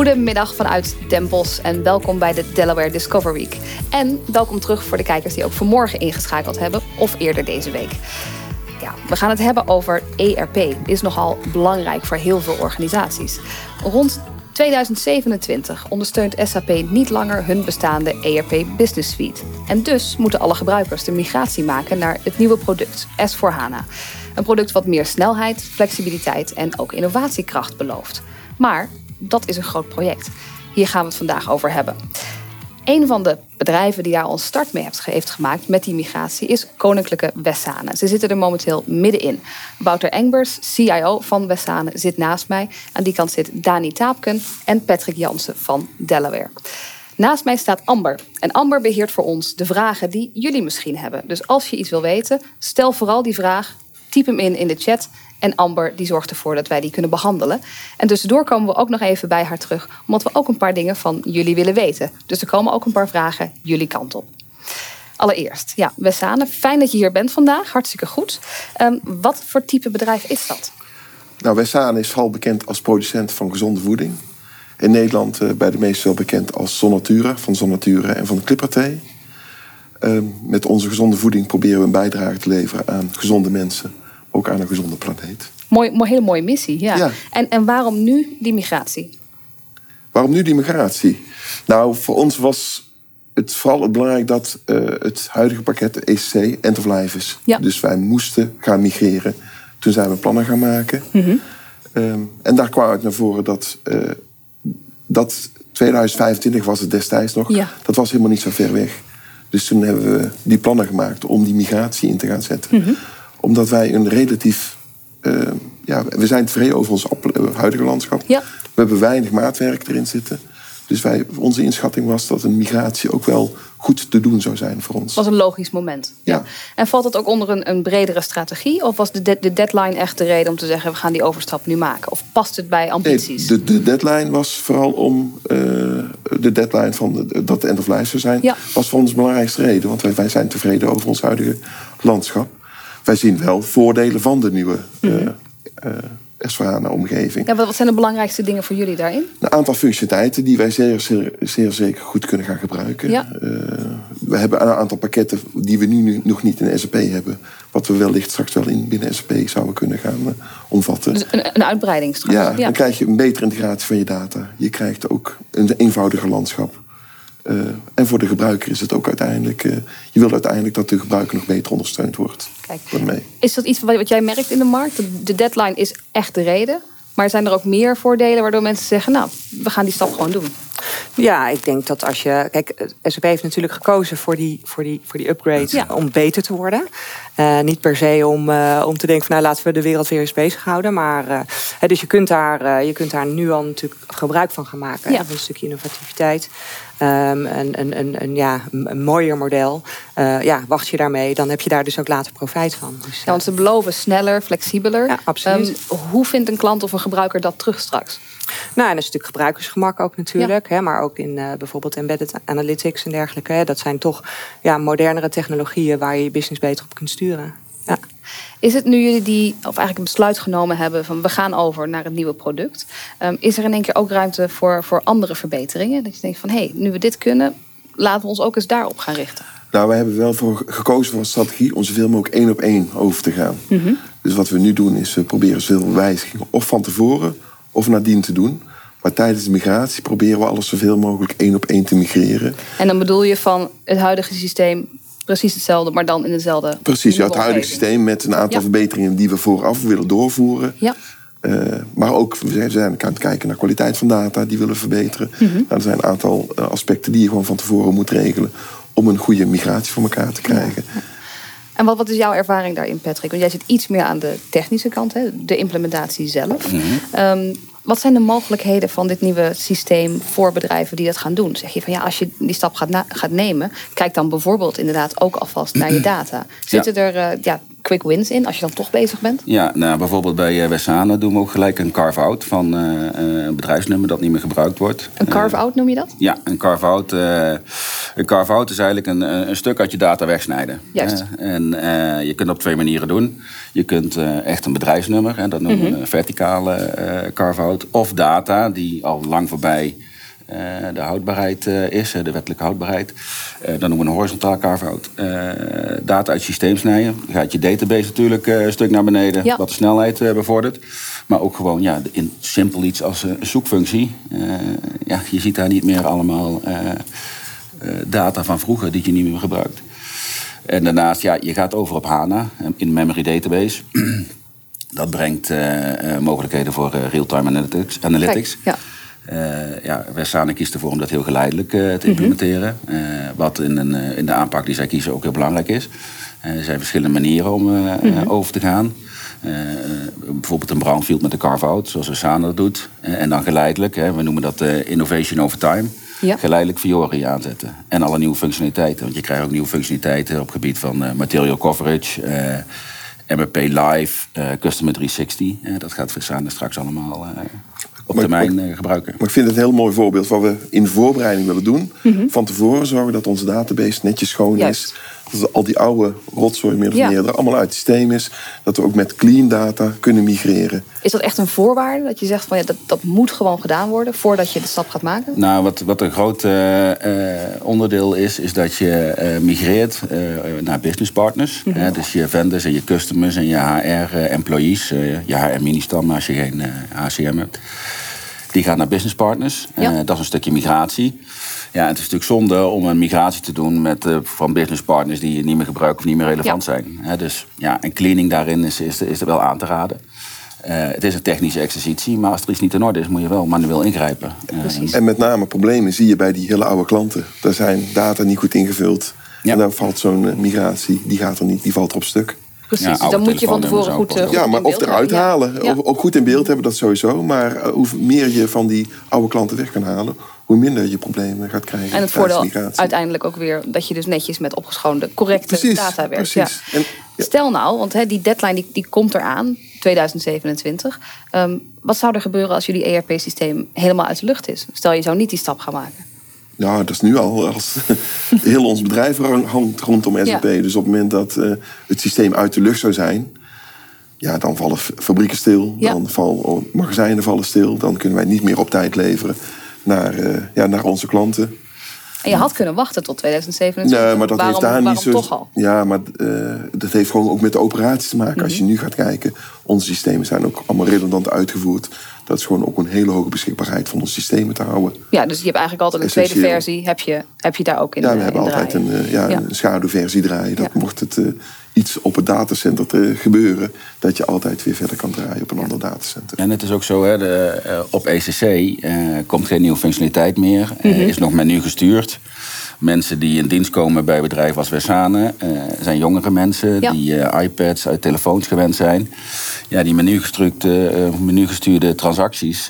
Goedemiddag vanuit Den Bosch en welkom bij de Delaware Discover Week. En welkom terug voor de kijkers die ook vanmorgen ingeschakeld hebben of eerder deze week. Ja, we gaan het hebben over ERP. Dit is nogal belangrijk voor heel veel organisaties. Rond 2027 ondersteunt SAP niet langer hun bestaande ERP Business Suite. En dus moeten alle gebruikers de migratie maken naar het nieuwe product S/4HANA. Een product wat meer snelheid, flexibiliteit en ook innovatiekracht belooft. Maar dat is een groot project. Hier gaan we het vandaag over hebben. Een van de bedrijven die daar al een start mee heeft gemaakt met die migratie is Koninklijke Westzane. Ze zitten er momenteel middenin. Wouter Engbers, CIO van Westzane, zit naast mij. Aan die kant zit Dani Taapken en Patrick Jansen van Delaware. Naast mij staat Amber. En Amber beheert voor ons de vragen die jullie misschien hebben. Dus als je iets wil weten, stel vooral die vraag, typ hem in de chat. En Amber die zorgt ervoor dat wij die kunnen behandelen. En tussendoor komen we ook nog even bij haar terug, omdat we ook een paar dingen van jullie willen weten. Dus er komen ook een paar vragen jullie kant op. Allereerst, ja, Westzane, fijn dat je hier bent vandaag. Hartstikke goed. Wat voor type bedrijf is dat? Nou, Westzane is vooral bekend als producent van gezonde voeding. In Nederland bij de meesten wel bekend als Zonnature, van Zonnature en van de Clipperthee. Met onze gezonde voeding proberen we een bijdrage te leveren aan gezonde mensen. Ook aan een gezonde planeet. Hele mooie missie, ja. En waarom nu die migratie? Waarom nu die migratie? Nou, voor ons was het vooral belangrijk dat het huidige pakket, de ECC, end of life is. Ja. Dus wij moesten gaan migreren. Toen zijn we plannen gaan maken. Mm-hmm. En daar kwam uit naar voren dat 2025 was het destijds nog. Ja. Dat was helemaal niet zo ver weg. Dus toen hebben we die plannen gemaakt om die migratie in te gaan zetten. Mm-hmm. Omdat wij een relatief... we zijn tevreden over ons huidige landschap. Ja. We hebben weinig maatwerk erin zitten. Dus onze inschatting was dat een migratie ook wel goed te doen zou zijn voor ons. Dat was een logisch moment. Ja. En valt dat ook onder een bredere strategie? Of was de deadline echt de reden om te zeggen, we gaan die overstap nu maken? Of past het bij ambities? Nee, de deadline was vooral om... de deadline van dat de end of life zou zijn... was voor ons de belangrijkste reden. Want wij zijn tevreden over ons huidige landschap. Wij zien wel voordelen van de nieuwe S/4HANA-omgeving. Ja, wat zijn de belangrijkste dingen voor jullie daarin? Een aantal functionaliteiten die wij zeer zeker goed kunnen gaan gebruiken. Ja. We hebben een aantal pakketten die we nu nog niet in SAP hebben. Wat we wellicht straks wel binnen SAP zouden kunnen gaan omvatten. Dus een uitbreiding straks? Ja, dan krijg je een betere integratie van je data. Je krijgt ook een eenvoudiger landschap. En voor de gebruiker is het ook uiteindelijk... je wil uiteindelijk dat de gebruiker nog beter ondersteund wordt. Kijk, is dat iets wat jij merkt in de markt? De deadline is echt de reden. Maar zijn er ook meer voordelen waardoor mensen zeggen, nou, we gaan die stap gewoon doen? Ja, ik denk dat als je... Kijk, SAP heeft natuurlijk gekozen voor die upgrade om beter te worden. Niet per se om te denken van, nou, laten we de wereld weer eens bezig houden. Maar dus je kunt daar nu al natuurlijk gebruik van gaan maken. Ja. Een stukje innovativiteit. Een mooier model. Wacht je daarmee, dan heb je daar dus ook later profijt van. Dus, ja, want ze beloven sneller, flexibeler. Ja, absoluut. Hoe vindt een klant of een gebruiker dat terug straks? Nou, en een stuk gebruikersgemak ook natuurlijk. Ja. Maar ook in bijvoorbeeld embedded analytics en dergelijke. Dat zijn toch modernere technologieën waar je je business beter op kunt sturen. Ja. Is het nu jullie of eigenlijk een besluit genomen hebben van we gaan over naar het nieuwe product? Is er in één keer ook ruimte voor andere verbeteringen? Dat je denkt van nu we dit kunnen, laten we ons ook eens daarop gaan richten. Nou, wij hebben wel gekozen voor een strategie om zoveel mogelijk 1 op 1 over te gaan. Mm-hmm. Dus wat we nu doen is we proberen zoveel wijzigingen of van tevoren of nadien te doen. Maar tijdens de migratie proberen we alles zoveel mogelijk 1 op 1 te migreren. En dan bedoel je van het huidige systeem precies hetzelfde, maar dan in dezelfde... Precies, het huidige systeem met een aantal verbeteringen die we vooraf willen doorvoeren. Ja. Maar ook, we zijn aan het kijken naar kwaliteit van data, die willen verbeteren. Mm-hmm. Nou, er zijn een aantal aspecten die je gewoon van tevoren moet regelen om een goede migratie voor elkaar te krijgen. Ja. En wat is jouw ervaring daarin, Patrick? Want jij zit iets meer aan de technische kant, de implementatie zelf. Mm-hmm. Wat zijn de mogelijkheden van dit nieuwe systeem voor bedrijven die dat gaan doen? Zeg je van als je die stap gaat nemen, kijk dan bijvoorbeeld inderdaad ook alvast naar je data. Zitten er quick wins in als je dan toch bezig bent? Ja, nou, bijvoorbeeld bij Wessana doen we ook gelijk een carve-out van een bedrijfsnummer dat niet meer gebruikt wordt. Een carve-out noem je dat? Ja, een carve-out. Een carve-out is eigenlijk een stuk uit je data wegsnijden. Juist. En je kunt het op 2 manieren doen. Je kunt echt een bedrijfsnummer, dat noemen we een verticale carve-out. Of data die al lang voorbij de houdbaarheid is, de wettelijke houdbaarheid. Dan noemen we een horizontaal carve-out. Data uit het systeem snijden. Dan gaat je database natuurlijk een stuk naar beneden, wat de snelheid bevordert. Maar ook gewoon in simpel iets als een zoekfunctie. Je ziet daar niet meer allemaal data van vroeger die je niet meer gebruikt. En daarnaast, je gaat over op HANA, in memory database. Dat brengt mogelijkheden voor real-time analytics. Kijk, Wessana kiest ervoor om dat heel geleidelijk te implementeren. Wat in de aanpak die zij kiezen ook heel belangrijk is. Er zijn verschillende manieren om over te gaan. Bijvoorbeeld een brownfield met de carve-out, zoals Wessana dat doet. En dan geleidelijk, we noemen dat innovation over time. Ja. Geleidelijk Fiori aanzetten. En alle nieuwe functionaliteiten. Want je krijgt ook nieuwe functionaliteiten op het gebied van material coverage, MRP Live, Customer 360. Dat gaat Wessana straks allemaal op termijn gebruiken. Maar ik vind het een heel mooi voorbeeld wat we in de voorbereiding willen doen. Van tevoren zorgen dat onze database netjes schoon is. Dat al die oude rotzooi meer of meer er allemaal uit het systeem is. Dat we ook met clean data kunnen migreren. Is dat echt een voorwaarde? Dat je zegt van dat moet gewoon gedaan worden voordat je de stap gaat maken? Nou, wat een groot onderdeel is dat je migreert naar business partners. Dus je vendors en je customers en je HR-employees. Je HR-ministam als je geen HCM hebt. Die gaan naar business partners. Dat is een stukje migratie. Ja, het is natuurlijk zonde om een migratie te doen van business partners die je niet meer gebruiken of niet meer relevant zijn. Dus een cleaning daarin is er wel aan te raden. Het is een technische exercitie, maar als er iets niet in orde is, moet je wel manueel ingrijpen. Precies. En met name problemen zie je bij die hele oude klanten. Daar zijn data niet goed ingevuld. En dan valt zo'n migratie, die gaat er niet, die valt er op stuk. Precies, dus dan moet je van tevoren goed maar of eruit halen. Ja. Ook goed in beeld hebben, dat sowieso. Maar hoe meer je van die oude klanten weg kan halen, hoe minder je problemen gaat krijgen. En het voordeel uiteindelijk ook weer dat je dus netjes met opgeschoonde, correcte data werkt. Precies. Ja. Stel nou, want die deadline die komt eraan, 2027. Wat zou er gebeuren als jullie ERP-systeem helemaal uit de lucht is? Stel, je zou niet die stap gaan maken. Ja, dat is nu al. Als heel ons bedrijf hangt rondom SAP. Dus op het moment dat het systeem uit de lucht zou zijn, dan vallen fabrieken stil. Dan vallen magazijnen stil. Dan kunnen wij niet meer op tijd leveren naar onze klanten. En je had kunnen wachten tot 2027. Nee, maar dat heeft daar niet zo. Toch al? Ja, maar dat heeft gewoon ook met de operatie te maken. Als je nu gaat kijken, onze systemen zijn ook allemaal redundant uitgevoerd. Dat is gewoon ook een hele hoge beschikbaarheid van onze systemen te houden. Ja, dus je hebt eigenlijk altijd een tweede versie. Heb je daar ook in? Ja, we hebben altijd een schaduwversie draaien. Dat mocht het iets op het datacenter te gebeuren, dat je altijd weer verder kan draaien op een ander datacenter. En het is ook zo, op ECC komt geen nieuwe functionaliteit meer. Is nog menu gestuurd. Mensen die in dienst komen bij bedrijven als Wessana zijn jongere mensen die iPads uit telefoons gewend zijn. Ja, die menugestuurde transacties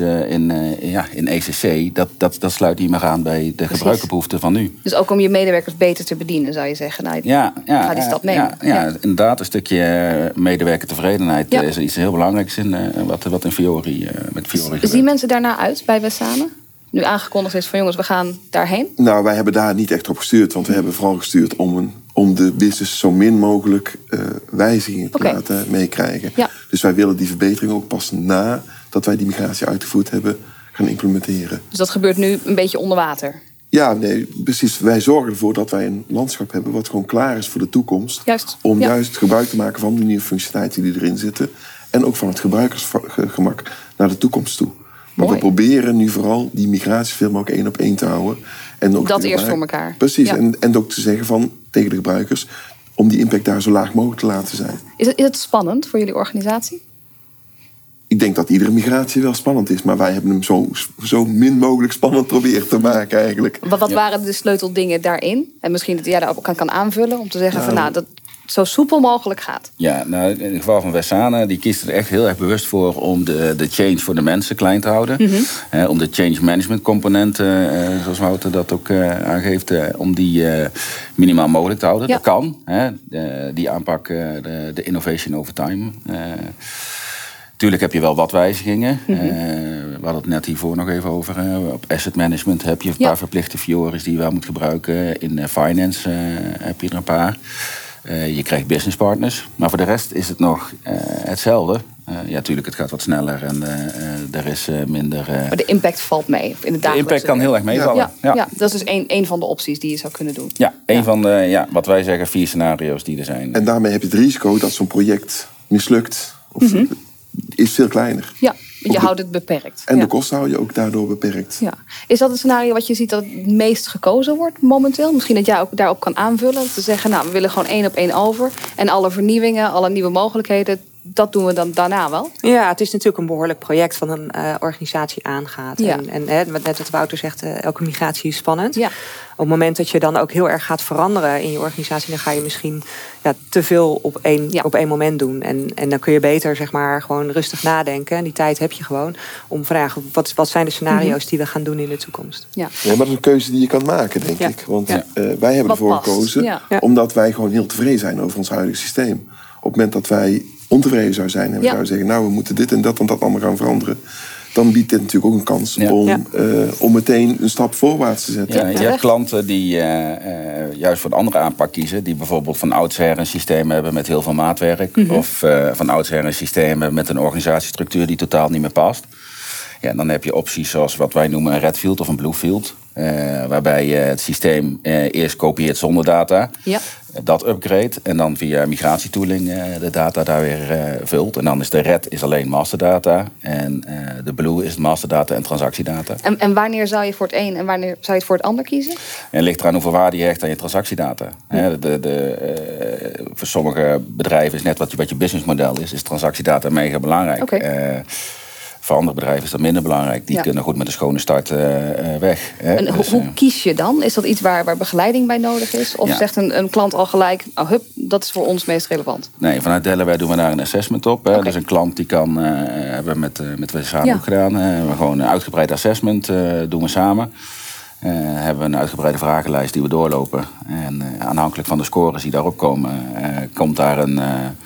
in ECC, dat sluit niet meer aan bij de gebruikerbehoeften van nu. Dus ook om je medewerkers beter te bedienen, zou je zeggen? Nou, ga die stap nemen. Ja, inderdaad, een stukje medewerkertevredenheid is iets heel belangrijks in wat in Fiori met Fiori gebeurt. Zien mensen daarna uit bij Wessana? Nu aangekondigd is van jongens, we gaan daarheen? Nou, wij hebben daar niet echt op gestuurd. Want we hebben vooral gestuurd om de business zo min mogelijk wijzigingen te laten meekrijgen. Ja. Dus wij willen die verbetering ook pas nadat wij die migratie uitgevoerd hebben gaan implementeren. Dus dat gebeurt nu een beetje onder water? Ja, nee, precies. Wij zorgen ervoor dat wij een landschap hebben wat gewoon klaar is voor de toekomst. Juist. Om juist gebruik te maken van de nieuwe functionaliteiten die erin zitten. En ook van het gebruikersgemak naar de toekomst toe. Maar we proberen nu vooral die migratiefilm ook 1 op 1 te houden. En ook dat eerst voor elkaar. Precies. Ja. En ook te zeggen tegen de gebruikers, om die impact daar zo laag mogelijk te laten zijn. Is het spannend voor jullie organisatie? Ik denk dat iedere migratie wel spannend is. Maar wij hebben hem zo min mogelijk spannend proberen te maken eigenlijk. Wat waren de sleuteldingen daarin? En misschien dat jij daar ook kan aanvullen om te zeggen van zo soepel mogelijk gaat. Ja, nou, in het geval van Westana, die kiest er echt heel erg bewust voor om de change voor de mensen klein te houden. Om de change management componenten, zoals Wouter dat ook aangeeft, om die minimaal mogelijk te houden. Ja. Dat kan. Die aanpak, de innovation over time. Tuurlijk heb je wel wat wijzigingen. We hadden het net hiervoor nog even over. Op asset management heb je een paar verplichte fiores die je wel moet gebruiken. In finance heb je er een paar. Je krijgt business partners. Maar voor de rest is het nog hetzelfde. Ja, natuurlijk, het gaat wat sneller en er is minder... Maar de impact valt mee. In de impact kan heel erg meevallen. Ja, dat is dus een van de opties die je zou kunnen doen. Ja, een van de, wat wij zeggen, 4 scenario's die er zijn. En daarmee heb je het risico dat zo'n project mislukt. Of is veel kleiner. Ja, je houdt het beperkt. En de kosten hou je ook daardoor beperkt. Ja. Is dat het scenario wat je ziet dat het meest gekozen wordt momenteel? Misschien dat jij ook daarop kan aanvullen. Te zeggen, nou, we willen gewoon 1 op 1 over. En alle vernieuwingen, alle nieuwe mogelijkheden, dat doen we dan daarna wel? Ja, het is natuurlijk een behoorlijk project van een organisatie aangaat. Ja. En net wat Wouter zegt, elke migratie is spannend. Ja. Op het moment dat je dan ook heel erg gaat veranderen in je organisatie, dan ga je misschien te veel op één moment doen. En dan kun je beter zeg maar gewoon rustig nadenken. En die tijd heb je gewoon om te vragen, wat zijn de scenario's die we gaan doen in de toekomst? Ja, maar dat is een keuze die je kan maken, denk ik. Want wij hebben ervoor gekozen, omdat wij gewoon heel tevreden zijn over ons huidige systeem. Op het moment dat wij ontevreden zou zijn en we zouden zeggen, nou, we moeten dit en dat allemaal gaan veranderen, dan biedt dit natuurlijk ook een kans om meteen een stap voorwaarts te zetten. Ja, je hebt klanten die juist voor een andere aanpak kiezen, die bijvoorbeeld van oudsher een systeem hebben met heel veel maatwerk, of van oudsher een systeem hebben met een organisatiestructuur die totaal niet meer past. Ja, dan heb je opties zoals wat wij noemen een redfield of een bluefield. Waarbij je het systeem eerst kopieert zonder data. Ja. Dat upgrade. En dan via migratietooling de data daar weer vult. En dan is de red alleen masterdata. En de blue is masterdata en transactiedata. En wanneer zou je voor het een en wanneer zou je het voor het ander kiezen? En het ligt eraan hoeveel waarde je hecht aan je transactiedata. Ja. Voor sommige bedrijven is net wat je businessmodel is transactiedata mega belangrijk. Okay. Voor andere bedrijven is dat minder belangrijk. Die kunnen goed met een schone start weg. En hoe kies je dan? Is dat iets waar begeleiding bij nodig is? Of zegt een klant al gelijk, dat is voor ons meest relevant? Nee, vanuit Delaware doen we daar een assessment op. Okay. Dus een klant die kan, hebben we met Westana ook gedaan. We gewoon een uitgebreid assessment doen we samen. Hebben we een uitgebreide vragenlijst die we doorlopen. En aanhankelijk van de scores die daarop komen, komt daar een...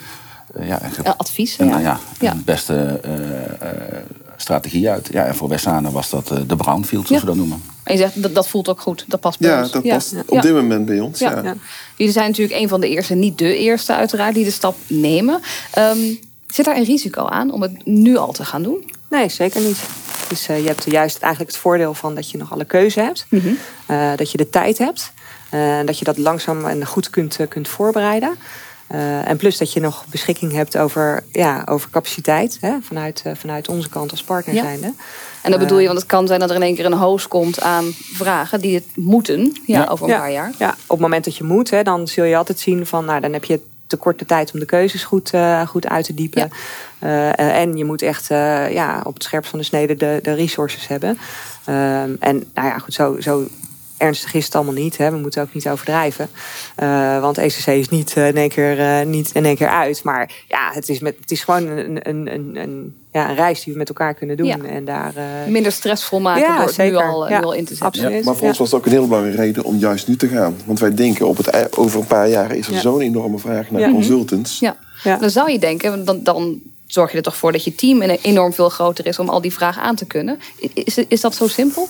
advies. Een beste strategie uit. Ja, en voor Westana was dat de brownfield, zoals we dat noemen. En je zegt, dat voelt ook goed. Dat past bij ons. Dat past op dit moment bij ons. Ja. Jullie zijn natuurlijk een van de eerste, niet de eerste uiteraard, die de stap nemen. Zit daar een risico aan om het nu al te gaan doen? Nee, zeker niet. Dus je hebt juist eigenlijk het voordeel van dat je nog alle keuze hebt. Dat je de tijd hebt. Dat je dat langzaam en goed kunt voorbereiden. En plus dat je nog beschikking hebt over capaciteit. Vanuit onze kant als partner zijnde. En dat bedoel je, want het kan zijn dat er in één keer een hoos komt aan vragen die het moeten over een paar jaar. Ja, op het moment dat je moet, dan zul je altijd zien van, dan heb je te korte tijd om de keuzes goed uit te diepen. Ja. En je moet echt op het scherpst van de snede de resources hebben. En goed, zo ernstig is het allemaal niet. We moeten ook niet overdrijven. Want ECC is niet in één keer uit. Maar het is gewoon een reis die we met elkaar kunnen doen. Ja. En daar, minder stressvol maken door het nu al in te zetten. Absoluut. Ja. Maar voor ons was het ook een hele belangrijke reden om juist nu te gaan. Want wij denken, over een paar jaar is er zo'n enorme vraag naar consultants. Ja. Ja. Dan zou je denken, dan zorg je er toch voor dat je team enorm veel groter is om al die vragen aan te kunnen. Is dat zo simpel?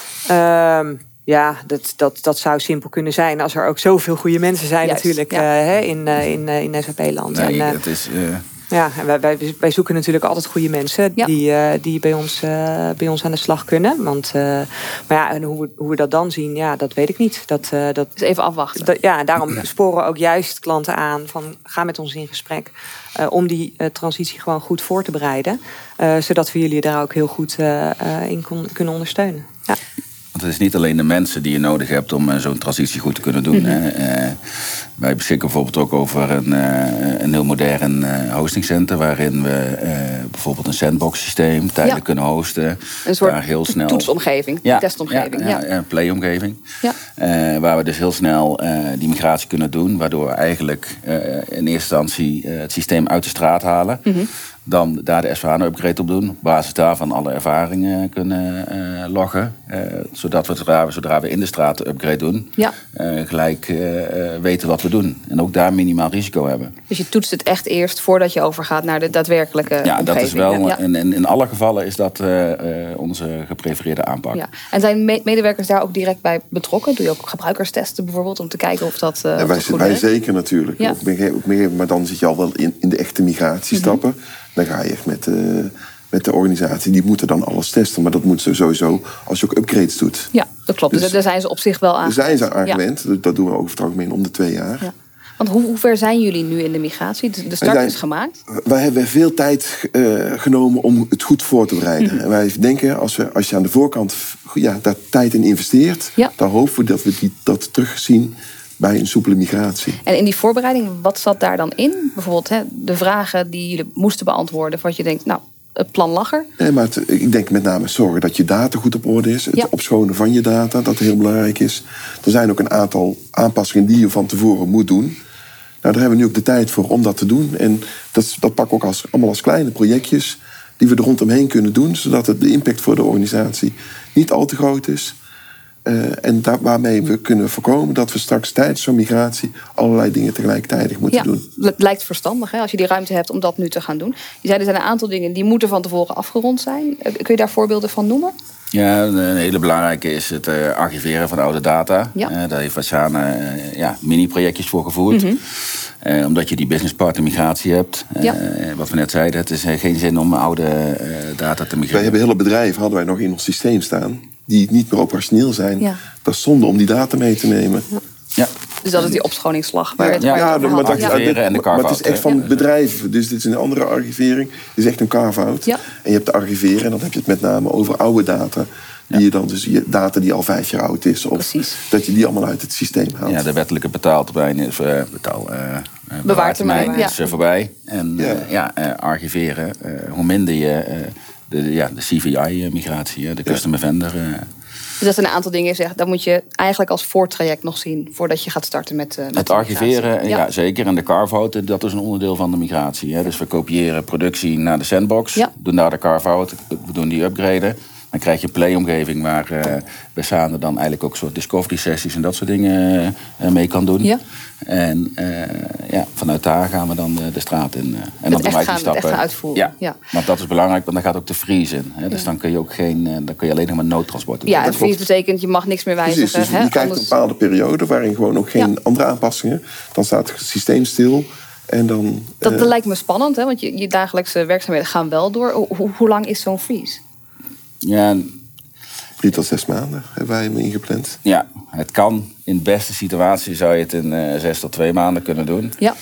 Ja, dat zou simpel kunnen zijn als er ook zoveel goede mensen zijn natuurlijk in SAP-land. Nee, dat is... Ja, en wij zoeken natuurlijk altijd goede mensen die bij ons aan de slag kunnen. Want, en hoe we dat dan zien, dat weet ik niet. Dat is even afwachten. Daarom sporen we ook juist klanten aan van ga met ons in gesprek. Om die transitie gewoon goed voor te bereiden. Zodat we jullie daar ook heel goed in kunnen ondersteunen. Ja. Want het is niet alleen de mensen die je nodig hebt om zo'n transitie goed te kunnen doen. Wij beschikken bijvoorbeeld ook over een heel modern hostingcenter, waarin we bijvoorbeeld een sandbox systeem tijdelijk kunnen hosten. Een soort heel snel toetsomgeving, testomgeving. Een play-omgeving. Ja. Waar we dus heel snel die migratie kunnen doen. Waardoor we eigenlijk in eerste instantie het systeem uit de straat halen. Mm-hmm. Dan daar de S/4HANA-upgrade op doen. Op basis daarvan alle ervaringen kunnen loggen. Zodat we zodra we in de straat de upgrade doen... gelijk weten wat we doen. En ook daar minimaal risico hebben. Dus je toetst het echt eerst voordat je overgaat naar de daadwerkelijke omgeving. Dat is wel. Ja. En in alle gevallen is dat onze geprefereerde aanpak. Ja. En zijn medewerkers daar ook direct bij betrokken? Doe je ook gebruikerstesten bijvoorbeeld om te kijken of dat wij zeker natuurlijk. Ja. Maar dan zit je al wel in de echte migratiestappen. Mm-hmm. Dan ga je echt met de organisatie. Die moeten dan alles testen. Maar dat moeten ze sowieso als je ook upgrades doet. Ja, dat klopt. Dus daar zijn ze op zich wel aan. Daar zijn ze aan gewend. Ja. Dat doen we over het algemeen om de 2 jaar. Ja. Want hoe ver zijn jullie nu in de migratie? De start is gemaakt. Wij hebben veel tijd genomen om het goed voor te bereiden. Mm-hmm. En wij denken, als je aan de voorkant daar tijd in investeert... dan hopen we dat we dat terugzien bij een soepele migratie. En in die voorbereiding, wat zat daar dan in? Bijvoorbeeld de vragen die jullie moesten beantwoorden... wat je denkt, nou, het plan lag er. Nee, maar ik denk met name zorgen dat je data goed op orde is. Het opschonen van je data, dat heel belangrijk is. Er zijn ook een aantal aanpassingen die je van tevoren moet doen. Nou, daar hebben we nu ook de tijd voor om dat te doen. En dat pakken we ook allemaal als kleine projectjes... die we er rondomheen kunnen doen... zodat de impact voor de organisatie niet al te groot is... En waarmee we kunnen voorkomen dat we straks tijdens zo'n migratie allerlei dingen tegelijkertijd moeten doen. Het lijkt verstandig als je die ruimte hebt om dat nu te gaan doen. Je zei er zijn een aantal dingen die moeten van tevoren afgerond zijn. Kun je daar voorbeelden van noemen? Ja, een hele belangrijke is het archiveren van oude data. Ja. Daar heeft Fatjana mini-projectjes voor gevoerd. Mm-hmm. Omdat je die business partner migratie hebt. Wat we net zeiden, het is geen zin om oude data te migreren. Wij hebben hele bedrijven hadden wij nog in ons systeem staan... die niet meer operationeel zijn. Ja. Dat is zonde om die data mee te nemen. Ja. Dus dat is die opschoningsslag. Waar maar het is echt van bedrijven. Dus dit is een andere archivering. Het is echt een carve-out. Ja. En je hebt de archiveren en dan heb je het met name over oude data... die je dan dus data die al 5 jaar oud is... of dat je die allemaal uit het systeem haalt. Ja, de wettelijke betaaltermijn is bewaartermijn is voorbij. En archiveren, hoe minder je de CVI-migratie, de customer vendor... Dus dat zijn een aantal dingen, dat moet je eigenlijk als voortraject nog zien... voordat je gaat starten met het archiveren, ja, zeker. En de carve-out, dat is een onderdeel van de migratie. Hè. Dus we kopiëren productie naar de sandbox, doen daar de carve-out, we doen die upgraden... Dan krijg je een play-omgeving waar bij Sander dan eigenlijk ook soort discovery sessies en dat soort dingen mee kan doen. Ja. En vanuit daar gaan we dan de straat in. En dan doen wij die stappen. Echt uitvoeren. Ja. Want dat is belangrijk, want dan gaat ook de freeze in. Hè. Dus dan kun je ook dan kun je alleen nog maar noodtransport doen. Ja, en freeze betekent je mag niks meer wijzigen. Precies, dus je krijgt een bepaalde periode waarin gewoon ook geen andere aanpassingen. Dan staat het systeem stil. En dan, dat lijkt me spannend, hè? Want je dagelijkse werkzaamheden gaan wel door. Hoe lang is zo'n freeze? Ja, 3 tot 6 maanden hebben wij hem ingepland. Ja, het kan. In de beste situatie zou je het in 6 tot 2 maanden kunnen doen. Ja.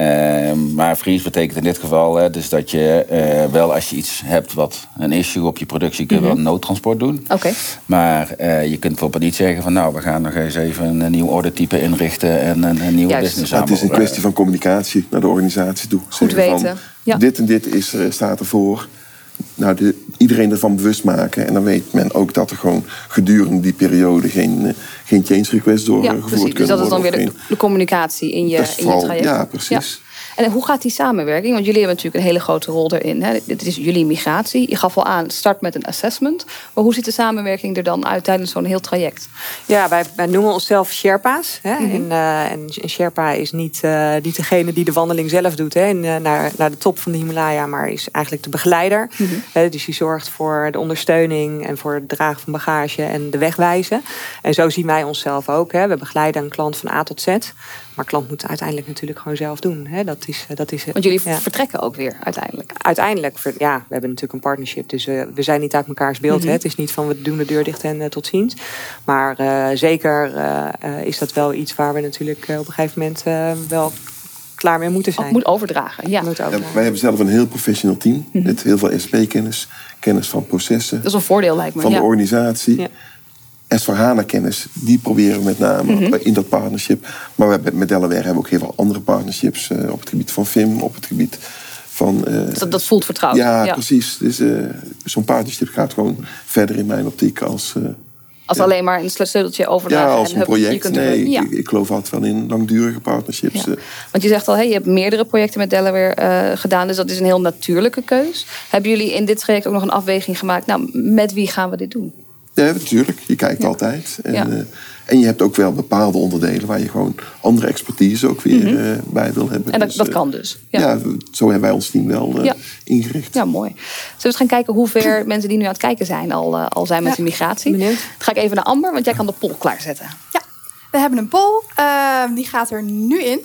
Maar freeze betekent in dit geval dus dat je wel als je iets hebt wat een issue op je productie... kun je wel een noodtransport doen. Okay. Maar je kunt bijvoorbeeld niet zeggen van... we gaan nog eens even een nieuw ordertype inrichten en een nieuwe business aanbouwen. Het is een kwestie van communicatie naar de organisatie toe. Goed weten. Van, dit en dit staat ervoor. Nou, iedereen ervan bewust maken. En dan weet men ook dat er gewoon gedurende die periode geen change request doorgevoerd kunnen worden. Dus dat is dan weer de communicatie in je traject. Ja, precies. Ja. En hoe gaat die samenwerking? Want jullie hebben natuurlijk een hele grote rol erin. Hè? Dit is jullie migratie. Je gaf al aan, start met een assessment. Maar hoe ziet de samenwerking er dan uit tijdens zo'n heel traject? Ja, wij noemen onszelf Sherpa's. Hè? Mm-hmm. En Sherpa is niet degene die de wandeling zelf doet naar de top van de Himalaya, maar is eigenlijk de begeleider. Mm-hmm. Dus die zorgt voor de ondersteuning en voor het dragen van bagage en de wegwijzen. En zo zien wij onszelf ook. Hè? We begeleiden een klant van A tot Z. Maar klant moet het uiteindelijk natuurlijk gewoon zelf doen. Hè? Dat is, want jullie vertrekken ook weer uiteindelijk? Uiteindelijk, we hebben natuurlijk een partnership. Dus we zijn niet uit mekaars beeld. Mm-hmm. Hè? Het is niet van we doen de deur dicht en tot ziens. Maar zeker is dat wel iets waar we natuurlijk op een gegeven moment wel klaar mee moeten zijn. Moet overdragen, ja. Wij hebben zelf een heel professional team. Mm-hmm. Met heel veel SP-kennis. Kennis van processen. Dat is een voordeel lijkt me. Van de organisatie. Ja. S/4HANA-kennis, die proberen we met name in dat partnership. Maar met Delaware hebben we ook heel veel andere partnerships op het gebied van VIM, op het gebied van... Dat voelt vertrouwd. Ja, precies. Dus zo'n partnership gaat gewoon verder in mijn optiek als Als alleen maar een sleuteltje overdragen. Ja, als een project. Ik geloof altijd wel in langdurige partnerships. Ja. Want je zegt al, je hebt meerdere projecten met Delaware gedaan. Dus dat is een heel natuurlijke keus. Hebben jullie in dit traject ook nog een afweging gemaakt? Nou, met wie gaan we dit doen? Ja, natuurlijk. Je kijkt altijd. En je hebt ook wel bepaalde onderdelen waar je gewoon andere expertise ook weer bij wil hebben. En dat kan dus. Ja, zo hebben wij ons team wel ingericht. Ja, mooi. Zullen we eens gaan kijken hoe ver mensen die nu aan het kijken zijn al zijn met de migratie? Benieuwd. Dan ga ik even naar Amber, want jij kan de poll klaarzetten. Ja, we hebben een poll. Die gaat er nu in.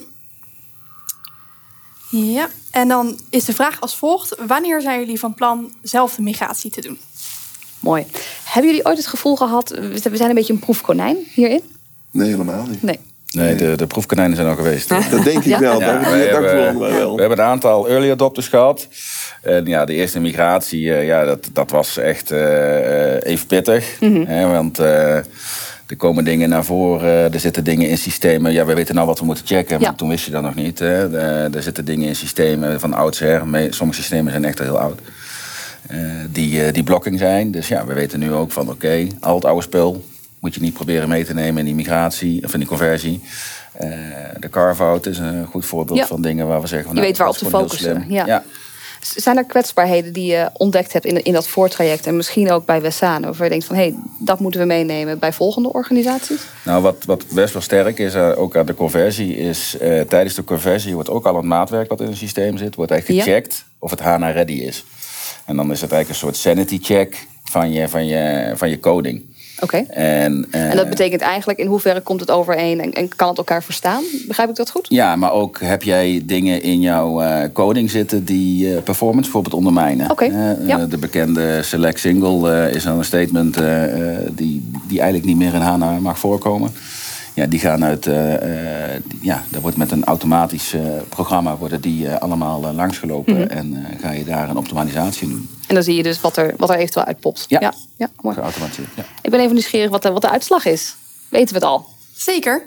Ja, en dan is de vraag als volgt. Wanneer zijn jullie van plan zelf de migratie te doen? Mooi. Hebben jullie ooit het gevoel gehad, we zijn een beetje een proefkonijn hierin? Nee, helemaal niet. Nee, de proefkonijnen zijn al geweest. Dat denk ik wel. Ja, we hebben een aantal early adopters gehad. En de eerste migratie, dat was echt even pittig. Want er komen dingen naar voren, er zitten dingen in systemen. Ja, we weten nou wat we moeten checken, maar toen wist je dat nog niet. Er zitten dingen in systemen van oudsher. Sommige systemen zijn echt heel oud. Die blocking zijn. Dus we weten nu ook van al het oude spul moet je niet proberen mee te nemen in die migratie of in die conversie. De carve-out is een goed voorbeeld van dingen waar we zeggen van, je weet waar op te focussen. Ja. Zijn er kwetsbaarheden die je ontdekt hebt in dat voortraject en misschien ook bij Wessano, waarvan je denkt van dat moeten we meenemen bij volgende organisaties? Nou, wat best wel sterk is, ook aan de conversie, is tijdens de conversie wordt ook al het maatwerk wat in het systeem zit, wordt eigenlijk gecheckt of het HANA ready is. En dan is het eigenlijk een soort sanity check van je coding. Oké. En dat betekent eigenlijk in hoeverre komt het overeen en kan het elkaar verstaan? Begrijp ik dat goed? Ja, maar ook heb jij dingen in jouw coding zitten die performance bijvoorbeeld ondermijnen. De bekende select single is dan een statement die eigenlijk niet meer in HANA mag voorkomen. Ja, die gaan uit. Daar wordt met een automatisch programma worden die allemaal langsgelopen en ga je daar een optimalisatie doen. En dan zie je dus wat er eventueel uitpopt. Ja, mooi. Geautomatiseerd. Ja. Ik ben even nieuwsgierig wat de uitslag is. Weten we het al? Zeker.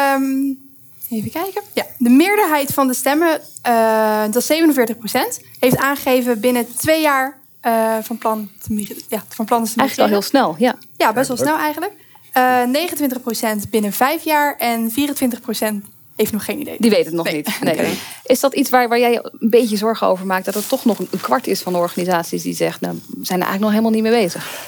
Even kijken. Ja, de meerderheid van de stemmen, dat is 47%, heeft aangegeven binnen 2 jaar van plan te migreren. Eigenlijk al heel snel, ja. Ja, best wel snel eigenlijk. 29% binnen 5 jaar en 24% heeft nog geen idee. Die weet het nog niet. Nee. Okay. Is dat iets waar jij een beetje zorgen over maakt? Dat er toch nog een kwart is van de organisaties die zegt, we zijn er eigenlijk nog helemaal niet mee bezig?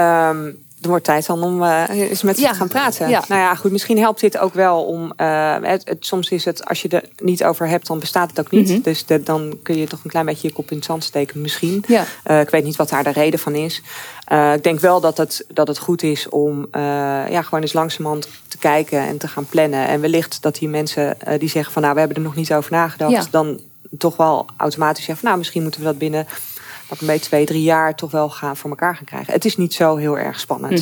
Er wordt tijd dan om eens met ze te gaan praten. Ja. Nou ja, goed, misschien helpt dit ook wel om... soms is het, als je er niet over hebt, dan bestaat het ook niet. Dus dan kun je toch een klein beetje je kop in het zand steken misschien. Ja. Ik weet niet wat daar de reden van is. Ik denk wel dat het goed is om gewoon eens langzamerhand te kijken en te gaan plannen. En wellicht dat die mensen die zeggen van, we hebben er nog niet over nagedacht, dan toch wel automatisch zeggen van, misschien moeten we dat binnen... dat een beetje 2-3 jaar toch wel voor elkaar gaan krijgen. Het is niet zo heel erg spannend.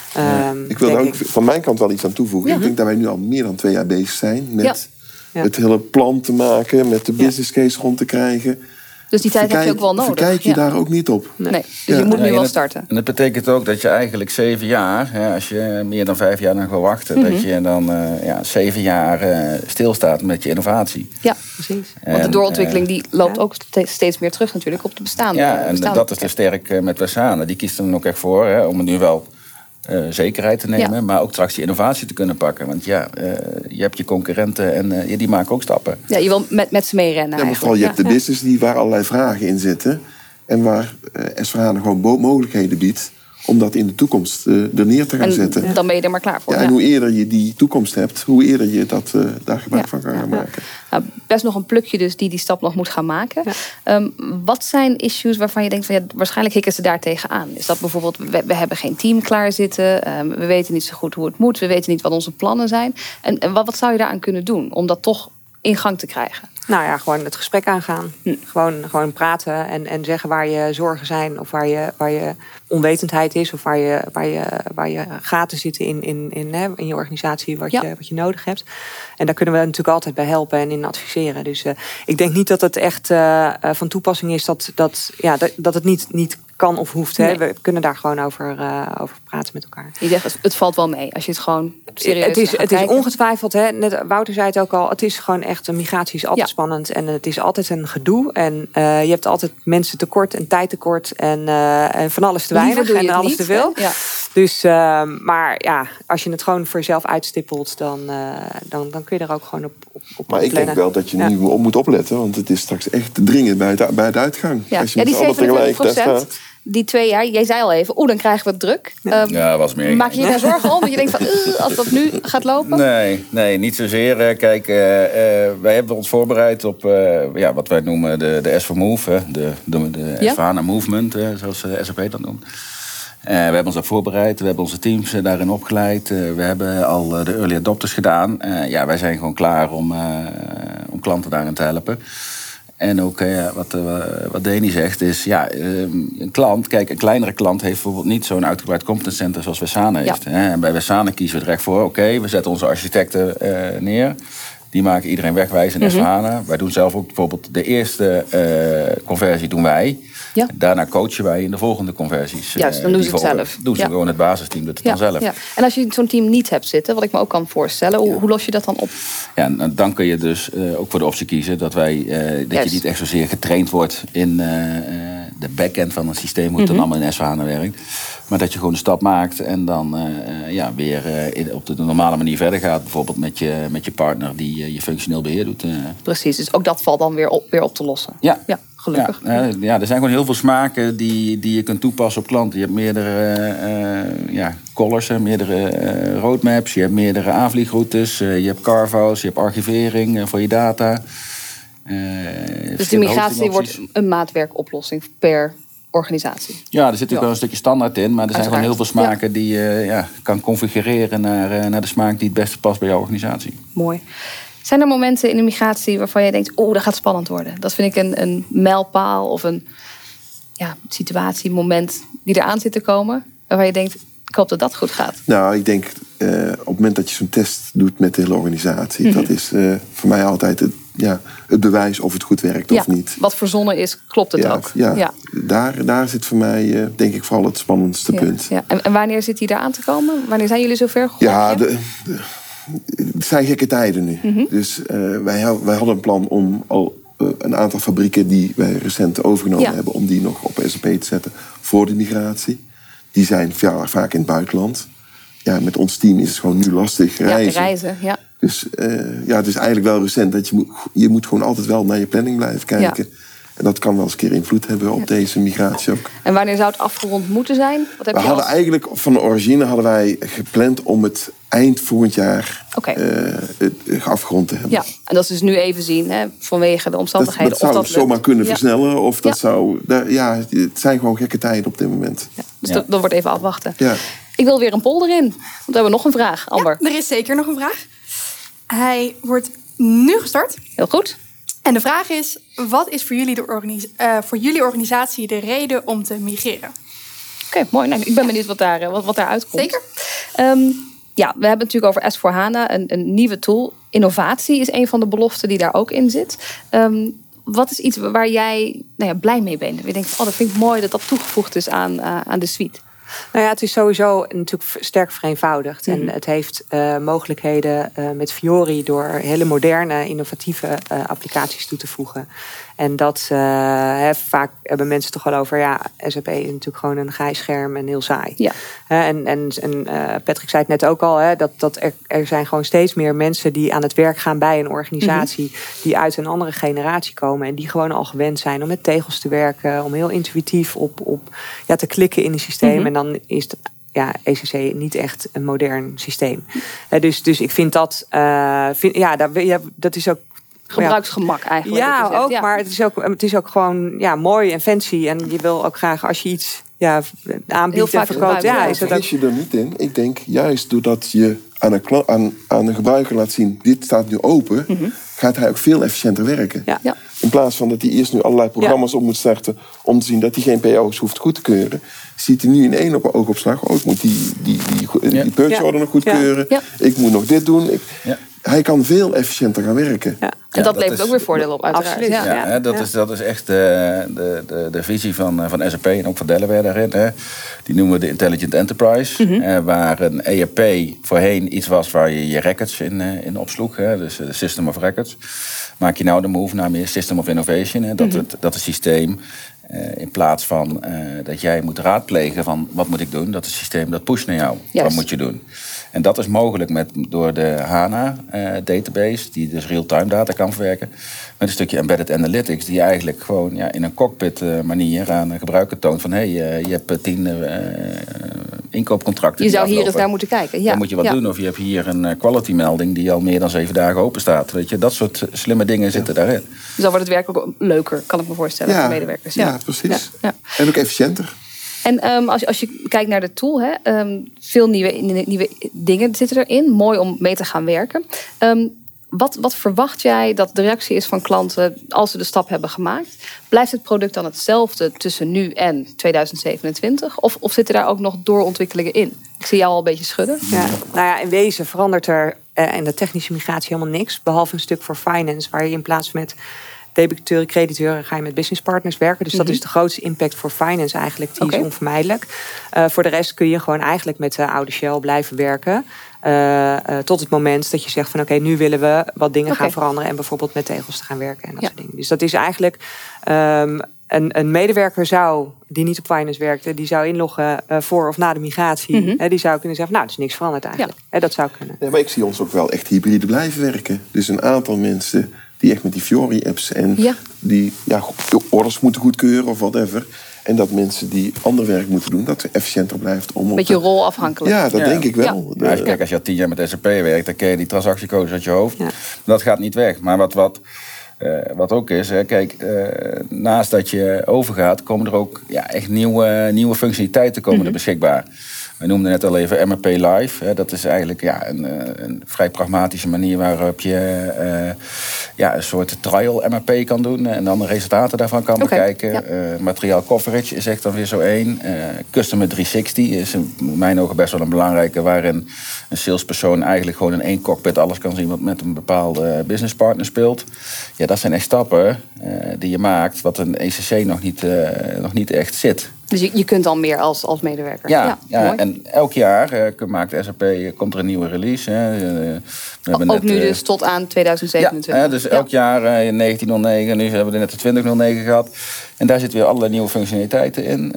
Ik wil er ook van mijn kant wel iets aan toevoegen. Ik denk dat wij nu al meer dan 2 jaar bezig zijn met het hele plan te maken, met de business case rond te krijgen. Dus die tijd heb je ook wel nodig. Verkijk je daar ook niet op. Nee. Dus je moet nu wel starten. En dat betekent ook dat je eigenlijk 7 jaar, als je meer dan 5 jaar nog wil wachten, dat je dan 7 jaar stilstaat met je innovatie. Ja, precies. Want de doorontwikkeling die loopt ook steeds meer terug natuurlijk op de bestaande. Ja, en dat is dus sterk met Wessano. Die kiest er dan ook echt voor om het nu wel zekerheid te nemen, maar ook straks die innovatie te kunnen pakken. Want je hebt je concurrenten en die maken ook stappen. Ja, je wil met ze meerennen. Ja, maar vooral je hebt de business die waar allerlei vragen in zitten en waar S/4HANA gewoon mogelijkheden biedt om dat in de toekomst er neer te gaan zetten. Dan ben je er maar klaar voor. Ja, en hoe eerder je die toekomst hebt, hoe eerder je daar gebruik van kan gaan maken. Nou, best nog een plukje dus die stap nog moet gaan maken. Ja. Wat zijn issues waarvan je denkt van waarschijnlijk hikken ze daar tegenaan? Is dat bijvoorbeeld, we hebben geen team klaar zitten, we weten niet zo goed hoe het moet, we weten niet wat onze plannen zijn. En wat zou je daaraan kunnen doen om dat toch in gang te krijgen? Nou ja, gewoon het gesprek aangaan. Gewoon praten en zeggen waar je zorgen zijn of waar je onwetendheid is of waar je gaten zitten in je organisatie wat je nodig hebt. En daar kunnen we natuurlijk altijd bij helpen en in adviseren. Dus ik denk niet dat het echt van toepassing is dat het niet kan of hoeft. Nee. We kunnen daar gewoon over praten met elkaar. Je zegt, het valt wel mee als je het gewoon serieus Het is ongetwijfeld, net Wouter zei het ook al, het is gewoon echt, een migratie is altijd spannend en het is altijd een gedoe. En je hebt altijd mensen tekort en tijd tekort en van alles te weinig en alles te veel. Ja. Dus, maar ja, als je het gewoon voor jezelf uitstippelt, dan kun je er ook gewoon op maar plannen. Ik denk wel dat je nu op moet opletten, want het is straks echt dringend bij de uitgang. Ja, als je die 47%, die 2 jaar, jij zei al even, dan krijgen we het druk. Was meer. Maak je je daar zorgen om? Dat je denkt van, als dat nu gaat lopen? Nee, niet zozeer. Kijk, wij hebben ons voorbereid op wat wij noemen de S4Move. De S4HANA Movement, zoals SAP dat noemt. We hebben ons op voorbereid. We hebben onze teams daarin opgeleid. We hebben al de early adopters gedaan. Wij zijn gewoon klaar om klanten daarin te helpen. En ook wat Deni zegt is, een klant, kijk, een kleinere klant heeft bijvoorbeeld niet zo'n uitgebreid competence center zoals Westfana heeft. Ja. En bij Westfana kiezen we er echt voor, we zetten onze architecten neer. Die maken iedereen wegwijs in S4HANA. Wij doen zelf ook bijvoorbeeld de eerste conversie doen wij. Ja. Daarna coachen wij in de volgende conversies. Juist, dan doen ze het zelf. Doen ze gewoon het basisteam, doet het dan zelf. Ja. En als je zo'n team niet hebt zitten, wat ik me ook kan voorstellen, hoe los je dat dan op? Ja, dan kun je dus ook voor de optie kiezen dat je niet echt zozeer getraind wordt in de backend van het systeem, hoe het dan allemaal in S4HANA werkt. Maar dat je gewoon een stap maakt en dan weer op de normale manier verder gaat. Bijvoorbeeld met je partner die je functioneel beheer doet. Precies, dus ook dat valt dan weer op te lossen. Ja. Gelukkig. Ja, er zijn gewoon heel veel smaken die je kunt toepassen op klanten. Je hebt meerdere collars, meerdere roadmaps. Je hebt meerdere aanvliegroutes. Je hebt carve-outs, je hebt archivering voor je data. Dus de migratie wordt een maatwerkoplossing per organisatie. Ja, er zit ook wel een stukje standaard in. Maar er zijn gewoon heel veel smaken die je kan configureren naar de smaak die het beste past bij jouw organisatie. Mooi. Zijn er momenten in de migratie waarvan je denkt, dat gaat spannend worden? Dat vind ik een mijlpaal of een situatie, moment die eraan zit te komen. Waarvan je denkt, ik hoop dat dat goed gaat. Nou, ik denk op het moment dat je zo'n test doet met de hele organisatie. Dat is voor mij altijd het bewijs of het goed werkt of niet. Wat verzonnen is, klopt het ook. Ja. Daar zit voor mij denk ik vooral het spannendste punt. Ja. En wanneer zit die eraan te komen? Wanneer zijn jullie zover? Het zijn gekke tijden nu. Dus wij hadden een plan om al een aantal fabrieken die wij recent overgenomen hebben, om die nog op SAP te zetten voor de migratie. Die zijn vaak in het buitenland. Ja, met ons team is het gewoon nu lastig reizen. Dus het is eigenlijk wel recent dat je moet gewoon altijd wel naar je planning blijven kijken. Ja. En dat kan wel eens een keer invloed hebben op deze migratie ook. En wanneer zou het afgerond moeten zijn? Eigenlijk van de origine hadden wij gepland om het eind volgend jaar afgerond te hebben. Ja, en dat is dus nu even zien, vanwege de omstandigheden. Dat zou zomaar kunnen versnellen. Of dat zou. Het zijn gewoon gekke tijden op dit moment. Ja, dus dat wordt even afwachten. Ja. Ik wil weer een poll erin. Want we hebben nog een vraag, Amber. Ja, er is zeker nog een vraag. Hij wordt nu gestart. Heel goed. En de vraag is, wat is voor jullie organisatie de reden om te migreren? Oké, mooi. Nou, ik ben benieuwd wat daar uitkomt. Zeker. We hebben het natuurlijk over S4HANA, een nieuwe tool. Innovatie is een van de beloften die daar ook in zit. Wat is iets waar jij blij mee bent? Je denkt, dat vind ik mooi dat dat toegevoegd is aan de suite. Nou ja, het is sowieso natuurlijk sterk vereenvoudigd. En het heeft mogelijkheden met Fiori door hele moderne, innovatieve applicaties toe te voegen. En dat vaak hebben mensen toch wel over, SAP is natuurlijk gewoon een grijs scherm en heel saai. Ja. En Patrick zei het net ook al, dat er zijn gewoon steeds meer mensen die aan het werk gaan bij een organisatie, die uit een andere generatie komen en die gewoon al gewend zijn om met tegels te werken, om heel intuïtief op te klikken in een systeem. En dan is het ECC niet echt een modern systeem. Dus ik vind dat, dat is ook gebruiksgemak eigenlijk. Ja, ook, maar het is ook gewoon mooi en fancy. En je wil ook graag, als je iets aanbiedt en verkoopt. Vergis je er niet in. Ik denk, juist doordat je aan een gebruiker laat zien, dit staat nu open, gaat hij ook veel efficiënter werken. Ja. In plaats van dat hij eerst nu allerlei programma's op moet starten om te zien dat hij geen PO's hoeft goed te keuren, ziet hij nu in één oogopslag, ik moet die purchase order nog goedkeuren. Ja. Ik moet nog dit doen. Hij kan veel efficiënter gaan werken. Ja. En dat levert ook weer voordelen op, uiteraard. Absoluut. Dat is echt de visie van SAP en ook van Delaware daarin. Hè. Die noemen we de Intelligent Enterprise. Waar een ERP voorheen iets was waar je records in opsloeg. Hè. Dus de System of Records. Maak je nou de move naar meer System of Innovation. Hè. Dat het systeem, in plaats van dat jij moet raadplegen van wat moet ik doen, dat het systeem dat pusht naar jou. Yes. Wat moet je doen? En dat is mogelijk door de HANA database, die dus real-time data kan verwerken. Met een stukje embedded analytics, die eigenlijk gewoon in een cockpit manier aan een gebruiker toont van je hebt 10 inkoopcontracten. Je zou hier eens naar moeten kijken. Ja. Dan moet je wat doen. Of je hebt hier een quality melding die al meer dan 7 dagen open staat. Weet je, dat soort slimme dingen zitten daarin. Dus dan wordt het werk ook leuker, kan ik me voorstellen, voor medewerkers. Ja, precies. Ja. En ook efficiënter. En als je kijkt naar de tool, veel nieuwe dingen zitten erin. Mooi om mee te gaan werken. Wat verwacht jij dat de reactie is van klanten als ze de stap hebben gemaakt? Blijft het product dan hetzelfde tussen nu en 2027? Of zitten daar ook nog doorontwikkelingen in? Ik zie jou al een beetje schudden. Ja, in wezen verandert er in de technische migratie helemaal niks. Behalve een stuk voor finance, waar je in plaats met debiteuren, crediteuren ga je met business partners werken. Dus dat is de grootste impact voor finance eigenlijk. Die is onvermijdelijk. Voor de rest kun je gewoon eigenlijk met de oude shell blijven werken. Tot het moment dat je zegt van oké, nu willen we wat dingen gaan veranderen. En bijvoorbeeld met tegels te gaan werken en dat soort dingen. Dus dat is eigenlijk een medewerker die niet op finance werkte, die zou inloggen voor of na de migratie. Die zou kunnen zeggen, nou, er is niks veranderd eigenlijk. Dat zou kunnen. Nee, maar ik zie ons ook wel echt hybride blijven werken. Dus een aantal mensen die echt met die Fiori-apps en die orders moeten goedkeuren of whatever. En dat mensen die ander werk moeten doen, dat het efficiënter blijft. Beetje rolafhankelijk. Ja, dat denk ik wel. Ja. Kijk, als je al 10 jaar met SAP werkt, dan ken je die transactiecodes uit je hoofd. Ja. Dat gaat niet weg. Maar wat ook is, kijk, naast dat je overgaat, komen er ook echt nieuwe functionaliteiten er beschikbaar. We noemden net al even MRP Live. Dat is eigenlijk een vrij pragmatische manier waarop je een soort trial MRP kan doen. En dan de resultaten daarvan kan bekijken. Ja. Materiaal coverage is echt dan weer zo één. Customer 360 is in mijn ogen best wel een belangrijke. Waarin een salespersoon eigenlijk gewoon in één cockpit alles kan zien wat met een bepaalde businesspartner speelt. Ja, dat zijn echt stappen die je maakt wat een ECC nog niet echt zit. Dus je kunt al meer als medewerker. Ja, en elk jaar komt er een nieuwe release. We hebben ook nu dus tot aan 2027. Ja, dus elk jaar 1909, nu hebben we net de 2009 gehad. En daar zitten weer allerlei nieuwe functionaliteiten in.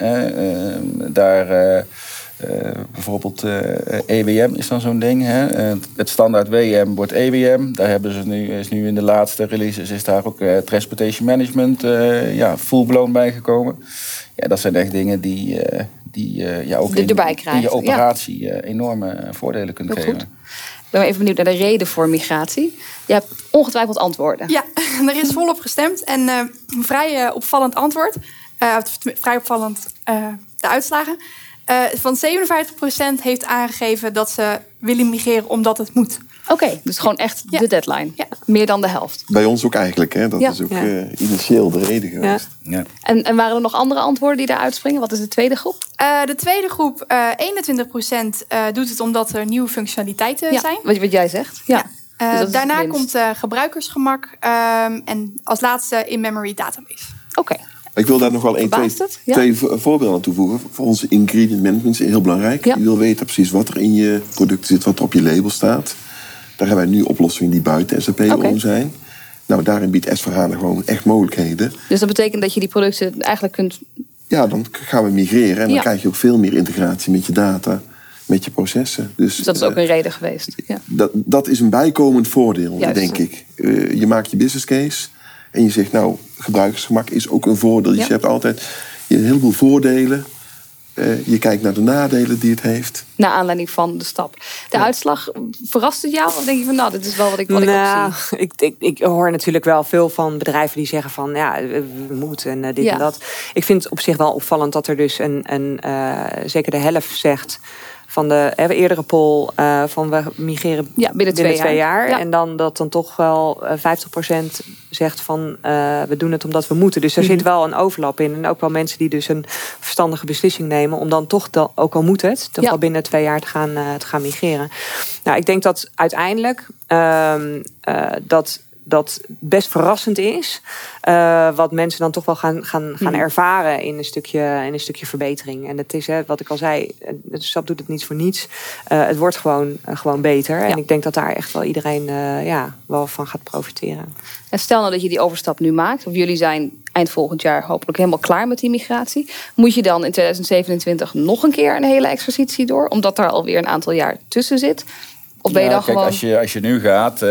Bijvoorbeeld EWM is dan zo'n ding. Het standaard WM wordt EWM. Daar hebben ze is nu in de laatste releases is daar ook Transportation Management full-blown bijgekomen. Ja, dat zijn echt dingen die ook in je operatie enorme voordelen kunnen geven. Goed. Ik ben even benieuwd naar de reden voor migratie. Je hebt ongetwijfeld antwoorden. Ja, er is volop gestemd. En een vrij opvallend antwoord. Vrij opvallend de uitslagen. Van 57% heeft aangegeven dat ze willen migreren omdat het moet. Oké, dus gewoon echt de deadline. Ja. Meer dan de helft. Bij ons ook eigenlijk. Hè? Dat is ook initieel de reden geweest. Ja. En waren er nog andere antwoorden die daar uitspringen? Wat is de tweede groep? De tweede groep, 21% doet het omdat er nieuwe functionaliteiten zijn. Wat jij zegt. Ja. Dus daarna komt gebruikersgemak. En als laatste in-memory database. Oké. Ik wil daar nog wel twee voorbeelden aan toevoegen. Voor onze ingredient management is heel belangrijk. Ja. Je wil weten precies wat er in je product zit, wat er op je label staat. Daar hebben wij nu oplossingen die buiten SAP om zijn. Nou, daarin biedt S/4HANA gewoon echt mogelijkheden. Dus dat betekent dat je die producten eigenlijk kunt... Ja, dan gaan we migreren en dan krijg je ook veel meer integratie met je data, met je processen. Dus dat is ook een reden geweest. Ja. Dat is een bijkomend voordeel, denk ik. Je maakt je business case en je zegt, nou, gebruikersgemak is ook een voordeel. Dus je hebt altijd een heleboel voordelen. Je kijkt naar de nadelen die het heeft. Naar aanleiding van de stap. De uitslag, verrast het jou? Of denk je van, nou, dit is wel wat ik ook zie? Ik hoor natuurlijk wel veel van bedrijven die zeggen van, ja, we moeten en dit en dat. Ik vind het op zich wel opvallend dat er dus zeker de helft zegt van de eerdere poll van we migreren binnen 2 jaar. Ja. En dan toch wel 50% zegt van we doen het omdat we moeten. Dus er zit wel een overlap in. En ook wel mensen die dus een verstandige beslissing nemen om dan toch, ook al moet het, toch wel binnen 2 jaar te gaan migreren. Nou, ik denk dat uiteindelijk dat dat best verrassend is. Wat mensen dan toch wel gaan ervaren in een stukje verbetering. En het is, wat ik al zei, de stap doet het niet voor niets. Het wordt gewoon beter. Ja. En ik denk dat daar echt wel iedereen wel van gaat profiteren. En stel nou dat je die overstap nu maakt, of jullie zijn eind volgend jaar hopelijk helemaal klaar met die migratie. Moet je dan in 2027 nog een keer een hele exercitie door, omdat er alweer een aantal jaar tussen zit? Of ben je dan gewoon... Als je nu gaat,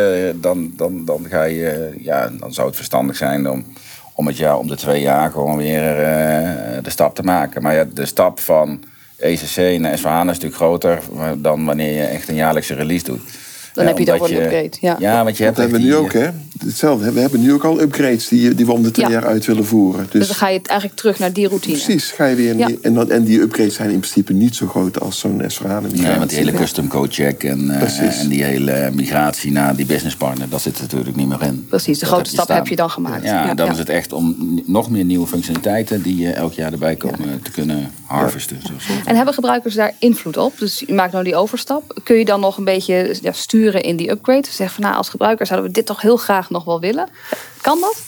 dan ga je, dan zou het verstandig zijn om de 2 jaar gewoon weer de stap te maken. Maar de stap van ECC naar S/4HANA is natuurlijk groter dan wanneer je echt een jaarlijkse release doet. Dan heb je het over een upgrade. Ja, want je hebt hebben we nu ook, hè? Hetzelfde. We hebben nu ook al upgrades die we om de 2 jaar uit willen voeren. Dus dan ga je eigenlijk terug naar die routine. Precies, ga je weer. En die upgrades zijn in principe niet zo groot als zo'n S/4HANA-migratie. Nee, want die hele custom code check en die hele migratie naar die business partner, dat zit er natuurlijk niet meer in. Precies, de grote stap heb je dan gemaakt. Ja, dan is het echt om nog meer nieuwe functionaliteiten die elk jaar erbij komen te kunnen harvesten. En hebben gebruikers daar invloed op? Dus je maakt nou die overstap. Kun je dan nog een beetje sturen in die upgrade? Dus zeg van als gebruiker zouden we dit toch heel graag nog wel willen. Kan dat?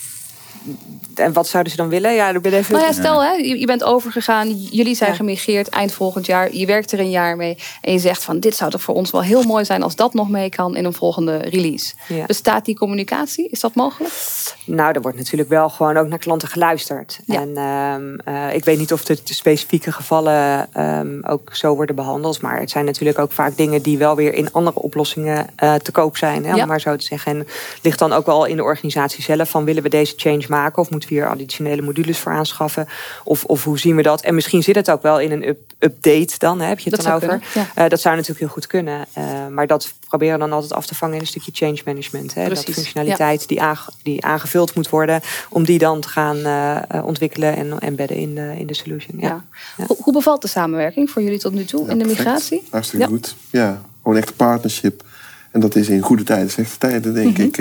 En wat zouden ze dan willen? Ja, ik ben even... Nou ja, stel, je bent overgegaan, jullie zijn gemigreerd eind volgend jaar. Je werkt er een jaar mee en je zegt van dit zou toch voor ons wel heel mooi zijn als dat nog mee kan in een volgende release. Ja. Bestaat die communicatie? Is dat mogelijk? Nou, er wordt natuurlijk wel gewoon ook naar klanten geluisterd. Ja. En ik weet niet of de specifieke gevallen ook zo worden behandeld. Maar het zijn natuurlijk ook vaak dingen die wel weer in andere oplossingen te koop zijn. Om maar zo te zeggen. En het ligt dan ook wel in de organisatie zelf van willen we deze change maken of moeten we hier additionele modules voor aanschaffen? Of hoe zien we dat? En misschien zit het ook wel in een update dan, heb je het dan over. Dat zou natuurlijk heel goed kunnen. Maar dat proberen we dan altijd af te vangen in een stukje change management. Hè? Dat functionaliteit die aangevuld moet worden, om die dan te gaan ontwikkelen en embedden in de solution. Ja. Hoe bevalt de samenwerking voor jullie tot nu toe in de migratie? Hartstikke goed. Ja, gewoon echt een partnership. En dat is in goede tijden, slechte tijden, denk ik.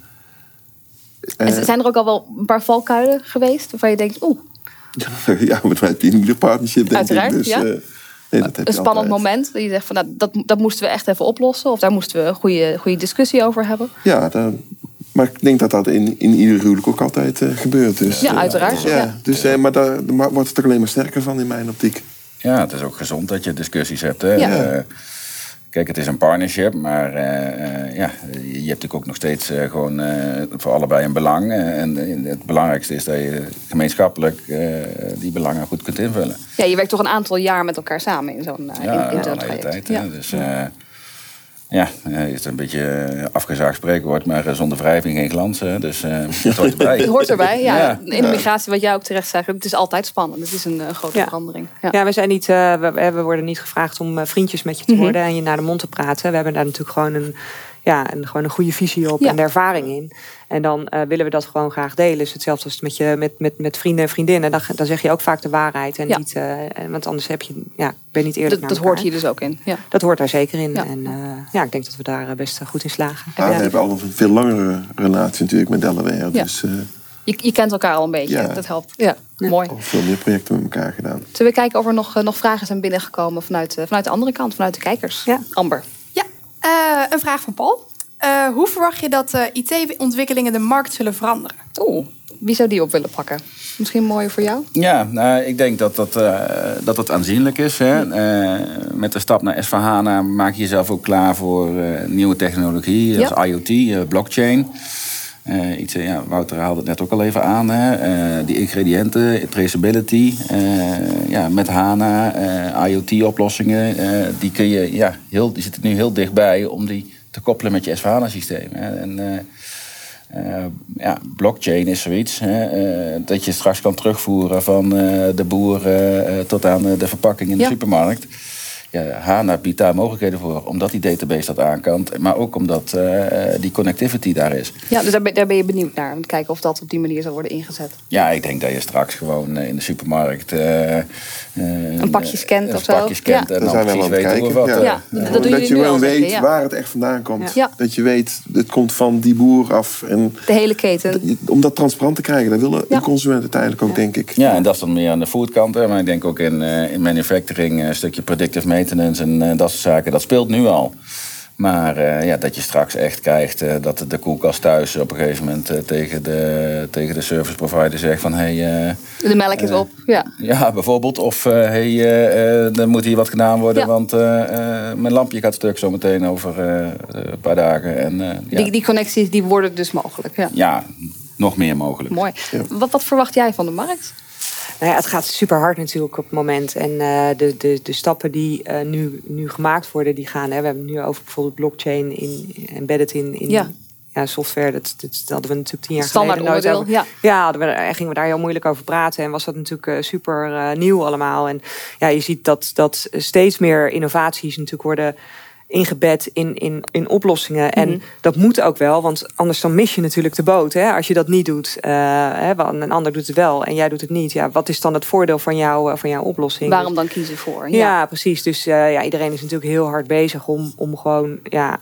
En zijn er ook al wel een paar valkuilen geweest waarvan je denkt, Ja, met mijn team partnership, denk uiteraard, ik. Dus, een spannend moment dat je zegt van dat moesten we echt even oplossen, of daar moesten we een goede discussie over hebben. Ja, maar ik denk dat in ieder huwelijk ook altijd gebeurt. Dus, ja, uiteraard. Maar daar wordt het er alleen maar sterker van in mijn optiek. Ja, het is ook gezond dat je discussies hebt. Hè? Ja. Kijk, het is een partnership, maar je hebt natuurlijk ook nog steeds gewoon voor allebei een belang. En het belangrijkste is dat je gemeenschappelijk die belangen goed kunt invullen. Ja, je werkt toch een aantal jaar met elkaar samen in zo'n traject. Tijd, dus het is een beetje afgezaagd spreekwoord, maar zonder wrijving geen glans. Dus het hoort erbij. Het hoort erbij, ja. In de migratie, wat jij ook terecht zegt, het is altijd spannend. Het is een grote verandering. Ja, we zijn niet, we worden niet gevraagd om vriendjes met je te worden en je naar de mond te praten. We hebben daar natuurlijk gewoon een goede visie op en de ervaring in. En dan willen we dat gewoon graag delen. Dus hetzelfde als met vrienden en vriendinnen. Dan zeg je ook vaak de waarheid. En niet, want anders ben je niet eerlijk naar dat hoort hier dus ook in. Ja. Dat hoort daar zeker in. Ja. En ik denk dat we daar best goed in slagen. We hebben al een veel langere relatie natuurlijk met Delaware. Ja. Dus, je kent elkaar al een beetje. Dat helpt. Ja. Mooi. Al veel meer projecten met elkaar gedaan. Zullen we kijken of er nog vragen zijn binnengekomen vanuit de andere kant, vanuit de kijkers? Ja. Amber. Ja, een vraag van Paul. Hoe verwacht je dat IT-ontwikkelingen de markt zullen veranderen? Wie zou die op willen pakken? Misschien mooi voor jou? Ja, ik denk dat aanzienlijk is. Hè. Met de stap naar S/4HANA maak je jezelf ook klaar voor nieuwe technologie. Als IoT, blockchain. Wouter haalde het net ook al even aan. Hè. Die ingrediënten, traceability. Met HANA, IoT-oplossingen. Die kun je, die zitten nu heel dichtbij om die te koppelen met je S/4HANA-systeem. Blockchain is zoiets dat je straks kan terugvoeren van de boer tot aan de verpakking in de supermarkt. Ja, HANA biedt daar mogelijkheden voor, omdat die database dat aan kan, maar ook omdat die connectivity daar is. Ja, dus daar ben je benieuwd naar, om te kijken of dat op die manier zal worden ingezet. Ja, ik denk dat je straks gewoon in de supermarkt een pakje scant of zo. En dan precies weet hoe wat. Dat je wel weet waar het echt vandaan komt. Ja. Dat je weet, het komt van die boer af. En de hele keten. Om dat transparant te krijgen, dat willen de consumenten uiteindelijk ook, denk ik. Ja, en dat is dan meer aan de foodkant. Maar ik denk ook in manufacturing, een stukje predictive maintenance en dat soort zaken. Dat speelt nu al. Maar dat je straks echt krijgt dat de koelkast thuis op een gegeven moment tegen de service provider zegt van de melk is op. Ja, bijvoorbeeld. Of er moet hier wat gedaan worden, want mijn lampje gaat stuk zo meteen over een paar dagen. En, die connecties die worden dus mogelijk. Ja, nog meer mogelijk. Mooi. Ja. Wat verwacht jij van de markt? Nou ja, het gaat super hard natuurlijk op het moment. En de stappen die nu gemaakt worden, die gaan. Hè, we hebben het nu over bijvoorbeeld blockchain embedded in software. Dat hadden we natuurlijk 10 jaar standaard geleden nooit over. Gingen we daar heel moeilijk over praten. En was dat natuurlijk super nieuw allemaal. En ja, je ziet dat steeds meer innovaties natuurlijk worden ingebed in oplossingen. En dat moet ook wel, want anders dan mis je natuurlijk de boot. Hè? Als je dat niet doet, een ander doet het wel en jij doet het niet. Ja, wat is dan het voordeel van jouw oplossing? Waarom dan kiezen voor? Ja, precies. Dus iedereen is natuurlijk heel hard bezig om gewoon...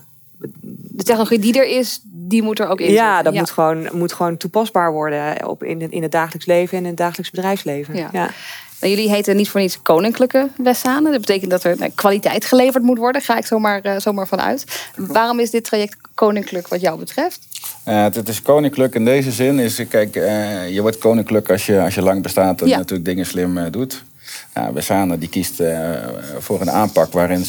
de technologie die er is, die moet er ook in zitten. Ja, dat moet gewoon toepasbaar worden in het dagelijks leven en in het dagelijks bedrijfsleven. Ja. Nou, jullie heten niet voor niets Koninklijke Westzanen. Dat betekent dat er kwaliteit geleverd moet worden. Ga ik zomaar van uit. Waarom is dit traject koninklijk wat jou betreft? Het is koninklijk in deze zin. Kijk, je wordt koninklijk als je lang bestaat en natuurlijk dingen slim doet. Westzanen die kiest voor een aanpak waarin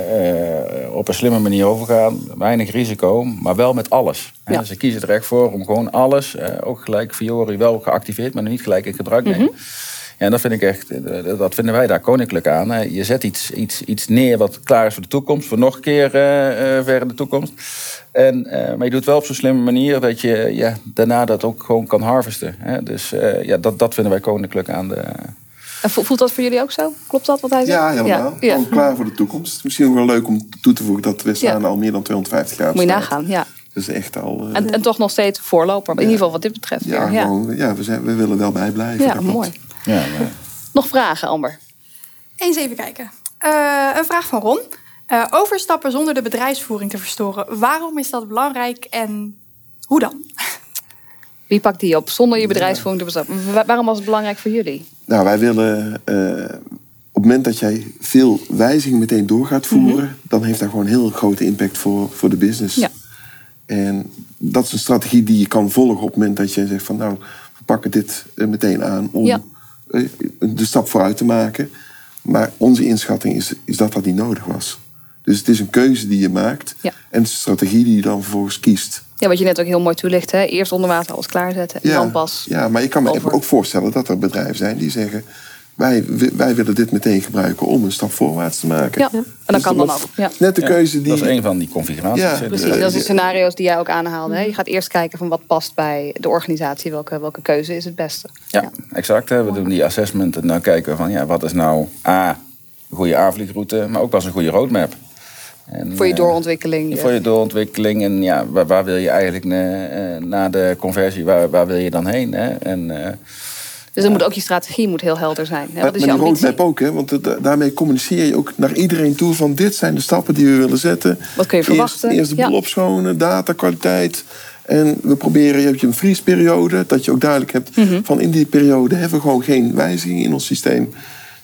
ze op een slimme manier overgaan. Weinig risico, maar wel met alles. Ja. Ze kiezen er echt voor om gewoon alles, ook gelijk Fiori wel geactiveerd, maar nog niet gelijk in gebruik nemen. Ja, dat vinden wij daar koninklijk aan. Je zet iets neer wat klaar is voor de toekomst, voor nog een keer ver in de toekomst. Maar je doet het wel op zo'n slimme manier dat je daarna dat ook gewoon kan harvesten. Dus dat vinden wij koninklijk aan de... En voelt dat voor jullie ook zo? Klopt dat wat hij zegt? Ja, helemaal. Ja. Gewoon klaar voor de toekomst. Misschien ook wel leuk om toe te voegen dat Westzanen al meer dan 250 jaar bestaat. Moet je nagaan, ja. Dus echt al... En toch nog steeds voorloper, in ieder geval wat dit betreft. We willen wel bijblijven. Ja, mooi. Ja. Nog vragen, Amber? Eens even kijken. Een vraag van Ron. Overstappen zonder de bedrijfsvoering te verstoren. Waarom is dat belangrijk en hoe dan? Wie pakt die op zonder je bedrijfsvoering te verstappen? Waarom was het belangrijk voor jullie? Nou, wij willen... op het moment dat jij veel wijzigingen meteen door gaat voeren... dan heeft dat gewoon een heel grote impact voor de business. Ja. En dat is een strategie die je kan volgen op het moment dat je zegt van... nou, we pakken dit meteen aan om de stap vooruit te maken. Maar onze inschatting is dat dat niet nodig was. Dus het is een keuze die je maakt en een strategie die je dan vervolgens kiest. Ja, wat je net ook heel mooi toelicht. Hè? Eerst onder water alles klaarzetten en dan pas. Ja, maar je kan me ook voorstellen dat er bedrijven zijn die zeggen... Wij willen dit meteen gebruiken om een stap voorwaarts te maken. Ja, en dat kan dan ook. Ja. Net de keuze die... Dat is een van die configuraties. Ja, precies, dat zijn de scenario's die jij ook aanhaalde. Hè? Je gaat eerst kijken van wat past bij de organisatie. Welke keuze is het beste. Ja, exact. Hè. We doen die assessment en dan kijken we van... wat is nou een goede aanvliegroute, maar ook wel eens een goede roadmap. En, voor je doorontwikkeling. Voor je doorontwikkeling. En waar wil je eigenlijk na de conversie, waar wil je dan heen? Hè? Dus dan moet ook je strategie heel helder zijn. Hè? Wat is maar je ambitie? Roadmap ook, hè? Want daarmee communiceer je ook naar iedereen toe... van dit zijn de stappen die we willen zetten. Wat kun je verwachten? Eerst de boel opschonen, data, kwaliteit. En we proberen, je hebt een vriesperiode... dat je ook duidelijk hebt van in die periode... hebben we gewoon geen wijzigingen in ons systeem.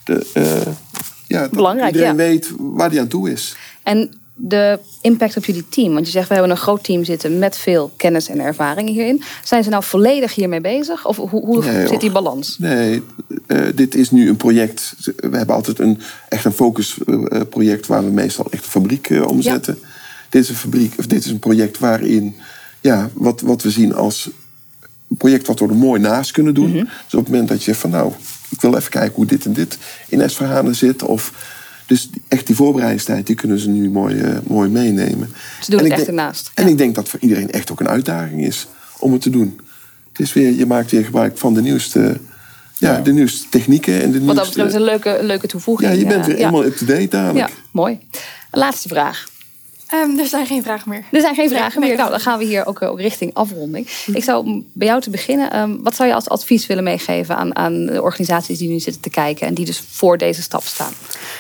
Belangrijk, iedereen weet waar die aan toe is. En de impact op jullie team. Want je zegt, we hebben een groot team zitten met veel kennis en ervaring hierin. Zijn ze nou volledig hiermee bezig? Of hoe zit die balans? Nee, dit is nu een project. We hebben altijd echt een focusproject waar we meestal echt een fabriek omzetten. Ja. Dit is een project waarin wat we zien als een project wat we er mooi naast kunnen doen. Dus op het moment dat je zegt van nou, ik wil even kijken hoe dit en dit in S/4HANA zit. Dus echt die voorbereidingstijd, die kunnen ze nu mooi meenemen. Ze doen het echt ernaast. En ik denk dat voor iedereen echt ook een uitdaging is om het te doen. Het is weer, je maakt weer gebruik van de nieuwste technieken. En wat dat betreft is een leuke toevoeging. Ja, je bent weer helemaal up-to-date dadelijk. Ja, mooi. Laatste vraag. Er zijn geen vragen meer. Er zijn geen vragen meer. Nou, dan gaan we hier ook richting afronding. Ik zou bij jou te beginnen. Wat zou je als advies willen meegeven aan de organisaties die nu zitten te kijken... en die dus voor deze stap staan?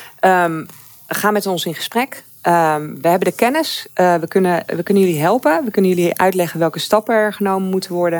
Ga met ons in gesprek. We hebben de kennis. We kunnen jullie helpen. We kunnen jullie uitleggen welke stappen er genomen moeten worden...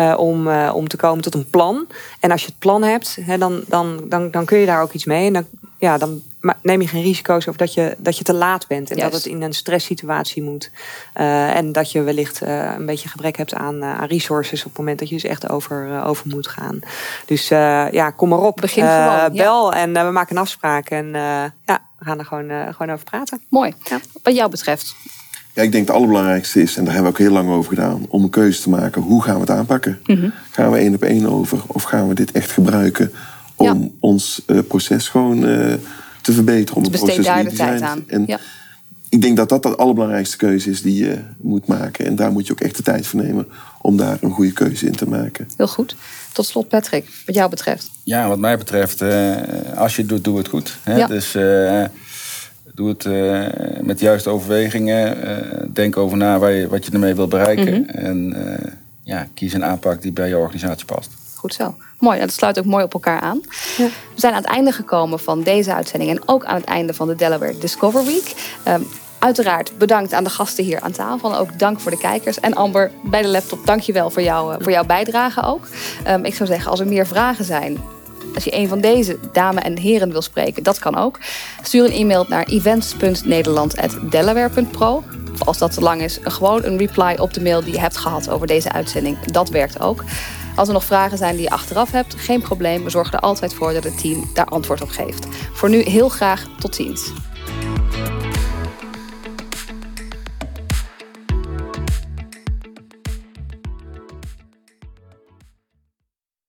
om te komen tot een plan. En als je het plan hebt, dan kun je daar ook iets mee. En dan neem je geen risico's over dat je te laat bent. En Juist. dat het in een stresssituatie moet. En dat je wellicht een beetje gebrek hebt aan resources op het moment dat je dus echt over moet gaan. Dus kom maar op. Begin gewoon. Bel en we maken een afspraak. En we gaan er gewoon over praten. Mooi. Ja. Wat jou betreft. Ja, ik denk het allerbelangrijkste is, en daar hebben we ook heel lang over gedaan, om een keuze te maken. Hoe gaan we het aanpakken? Gaan we 1-op-1 over? Of gaan we dit echt gebruiken om ons proces gewoon te verbeteren? Om Dus besteed daar de tijd aan. En ik denk dat dat de allerbelangrijkste keuze is die je moet maken. En daar moet je ook echt de tijd voor nemen om daar een goede keuze in te maken. Heel goed. Tot slot Patrick, wat jou betreft. Ja, wat mij betreft, als je het doet, doe het goed. Hè? Ja. Dus doe het met de juiste overwegingen. Denk over na wat je ermee wil bereiken. En kies een aanpak die bij je organisatie past. Goed zo. Mooi, dat sluit ook mooi op elkaar aan. Ja. We zijn aan het einde gekomen van deze uitzending en ook aan het einde van de Delaware Discover Week. Uiteraard bedankt aan de gasten hier aan tafel. En ook dank voor de kijkers. En Amber, bij de laptop, dank je wel voor jouw bijdrage ook. Ik zou zeggen, als er meer vragen zijn, als je een van deze dames en heren wil spreken, dat kan ook. Stuur een e-mail naar events.nederland@delaware.pro. Of als dat te lang is, gewoon een reply op de mail die je hebt gehad over deze uitzending. Dat werkt ook. Als er nog vragen zijn die je achteraf hebt, geen probleem. We zorgen er altijd voor dat het team daar antwoord op geeft. Voor nu heel graag tot ziens.